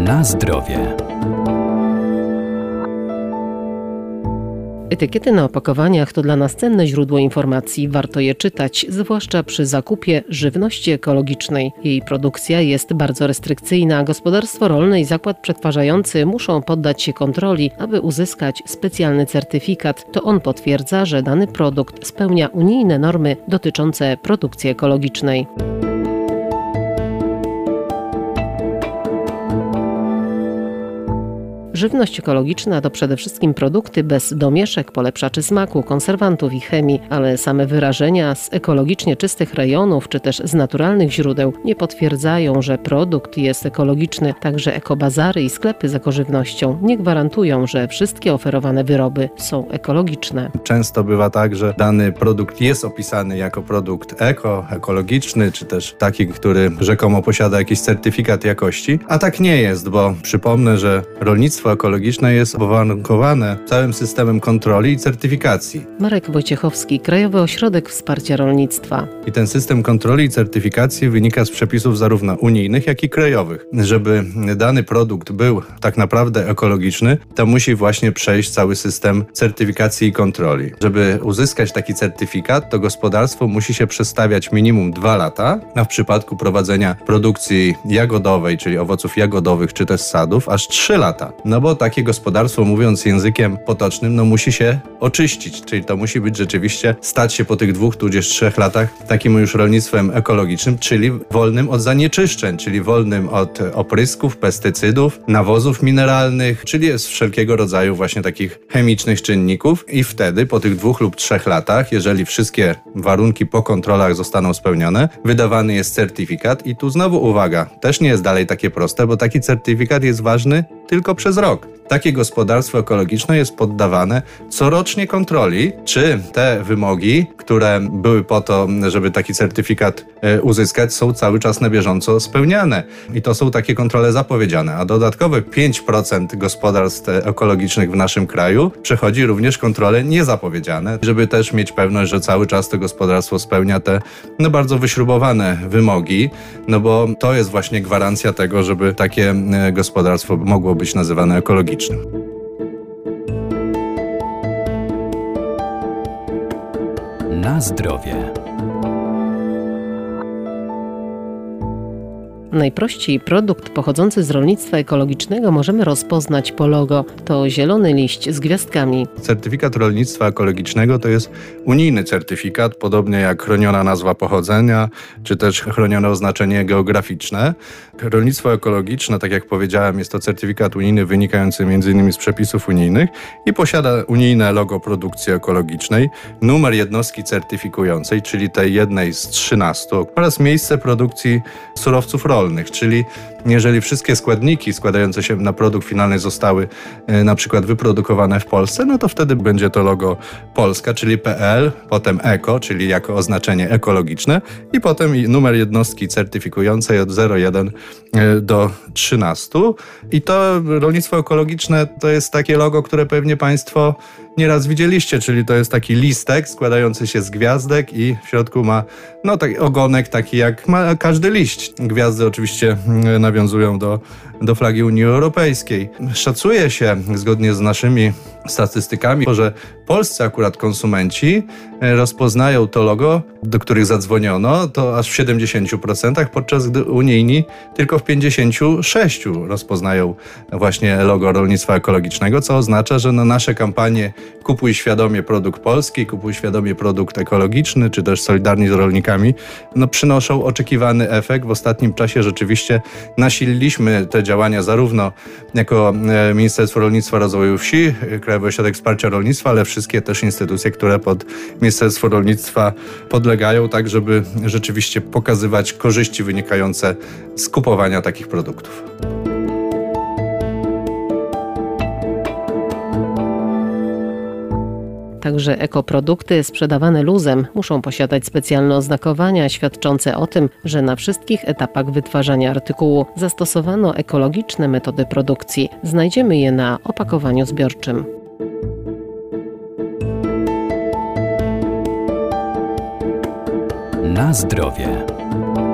Na zdrowie. Etykiety na opakowaniach to dla nas cenne źródło informacji. Warto je czytać, zwłaszcza przy zakupie żywności ekologicznej. Jej produkcja jest bardzo restrykcyjna. Gospodarstwo rolne i zakład przetwarzający muszą poddać się kontroli, aby uzyskać specjalny certyfikat. To on potwierdza, że dany produkt spełnia unijne normy dotyczące produkcji ekologicznej. Żywność ekologiczna to przede wszystkim produkty bez domieszek, polepszaczy smaku, konserwantów i chemii, ale same wyrażenia z ekologicznie czystych rejonów czy też z naturalnych źródeł nie potwierdzają, że produkt jest ekologiczny. Także ekobazary i sklepy z ekożywnością nie gwarantują, że wszystkie oferowane wyroby są ekologiczne. Często bywa tak, że dany produkt jest opisany jako produkt ekologiczny, czy też taki, który rzekomo posiada jakiś certyfikat jakości, a tak nie jest, bo przypomnę, że rolnictwo ekologiczne jest uwarunkowane całym systemem kontroli i certyfikacji. Marek Wojciechowski, Krajowy Ośrodek Wsparcia Rolnictwa. I ten system kontroli i certyfikacji wynika z przepisów zarówno unijnych, jak i krajowych. Żeby dany produkt był tak naprawdę ekologiczny, to musi właśnie przejść cały system certyfikacji i kontroli. Żeby uzyskać taki certyfikat, to gospodarstwo musi się przestawiać minimum 2 lata, a w przypadku prowadzenia produkcji jagodowej, czyli owoców jagodowych czy też sadów, aż 3 lata. No bo takie gospodarstwo, mówiąc językiem potocznym, musi się oczyścić, czyli to musi być rzeczywiście, stać się po tych 2 tudzież 3 latach takim już rolnictwem ekologicznym, czyli wolnym od zanieczyszczeń, czyli wolnym od oprysków, pestycydów, nawozów mineralnych, czyli z wszelkiego rodzaju właśnie takich chemicznych czynników i wtedy po tych 2 lub 3 latach, jeżeli wszystkie warunki po kontrolach zostaną spełnione, wydawany jest certyfikat i tu znowu uwaga, też nie jest dalej takie proste, bo taki certyfikat jest ważny tylko przez rok. Takie gospodarstwo ekologiczne jest poddawane corocznie kontroli, czy te wymogi, które były po to, żeby taki certyfikat uzyskać, są cały czas na bieżąco spełniane. I to są takie kontrole zapowiedziane, a dodatkowe 5% gospodarstw ekologicznych w naszym kraju przechodzi również kontrole niezapowiedziane, żeby też mieć pewność, że cały czas to gospodarstwo spełnia te bardzo wyśrubowane wymogi, bo to jest właśnie gwarancja tego, żeby takie gospodarstwo mogło być nazywane ekologicznym. Na zdrowie. Najprościej produkt pochodzący z rolnictwa ekologicznego możemy rozpoznać po logo. To zielony liść z gwiazdkami. Certyfikat rolnictwa ekologicznego to jest unijny certyfikat, podobnie jak chroniona nazwa pochodzenia, czy też chronione oznaczenie geograficzne. Rolnictwo ekologiczne, tak jak powiedziałem, jest to certyfikat unijny wynikający m.in. z przepisów unijnych i posiada unijne logo produkcji ekologicznej, numer jednostki certyfikującej, czyli tej jednej z 13 oraz miejsce produkcji surowców rolnych, czyli jeżeli wszystkie składniki składające się na produkt finalny zostały na przykład wyprodukowane w Polsce, to wtedy będzie to logo Polska, czyli PL, potem eko, czyli jako oznaczenie ekologiczne i potem numer jednostki certyfikującej od 01 do 13. I to rolnictwo ekologiczne to jest takie logo, które pewnie Państwo nieraz widzieliście, czyli to jest taki listek składający się z gwiazdek i w środku ma taki ogonek, taki jak ma każdy liść. Gwiazdy oczywiście nawiązują do flagi Unii Europejskiej. Szacuje się, zgodnie z naszymi statystykami, że polscy akurat konsumenci rozpoznają to logo, do których zadzwoniono, to aż w 70%, podczas gdy unijni tylko w 56% rozpoznają właśnie logo rolnictwa ekologicznego, co oznacza, że nasze kampanie Kupuj świadomie produkt polski, kupuj świadomie produkt ekologiczny, czy też Solidarni z rolnikami, przynoszą oczekiwany efekt. W ostatnim czasie rzeczywiście nasililiśmy te działania zarówno jako Ministerstwo Rolnictwa i Rozwoju Wsi, Krajowy Ośrodek Wsparcia Rolnictwa, ale wszystkie też instytucje, które pod Ministerstwo Rolnictwa podlegają, tak żeby rzeczywiście pokazywać korzyści wynikające z kupowania takich produktów. Także ekoprodukty sprzedawane luzem muszą posiadać specjalne oznakowania świadczące o tym, że na wszystkich etapach wytwarzania artykułu zastosowano ekologiczne metody produkcji. Znajdziemy je na opakowaniu zbiorczym. Na zdrowie.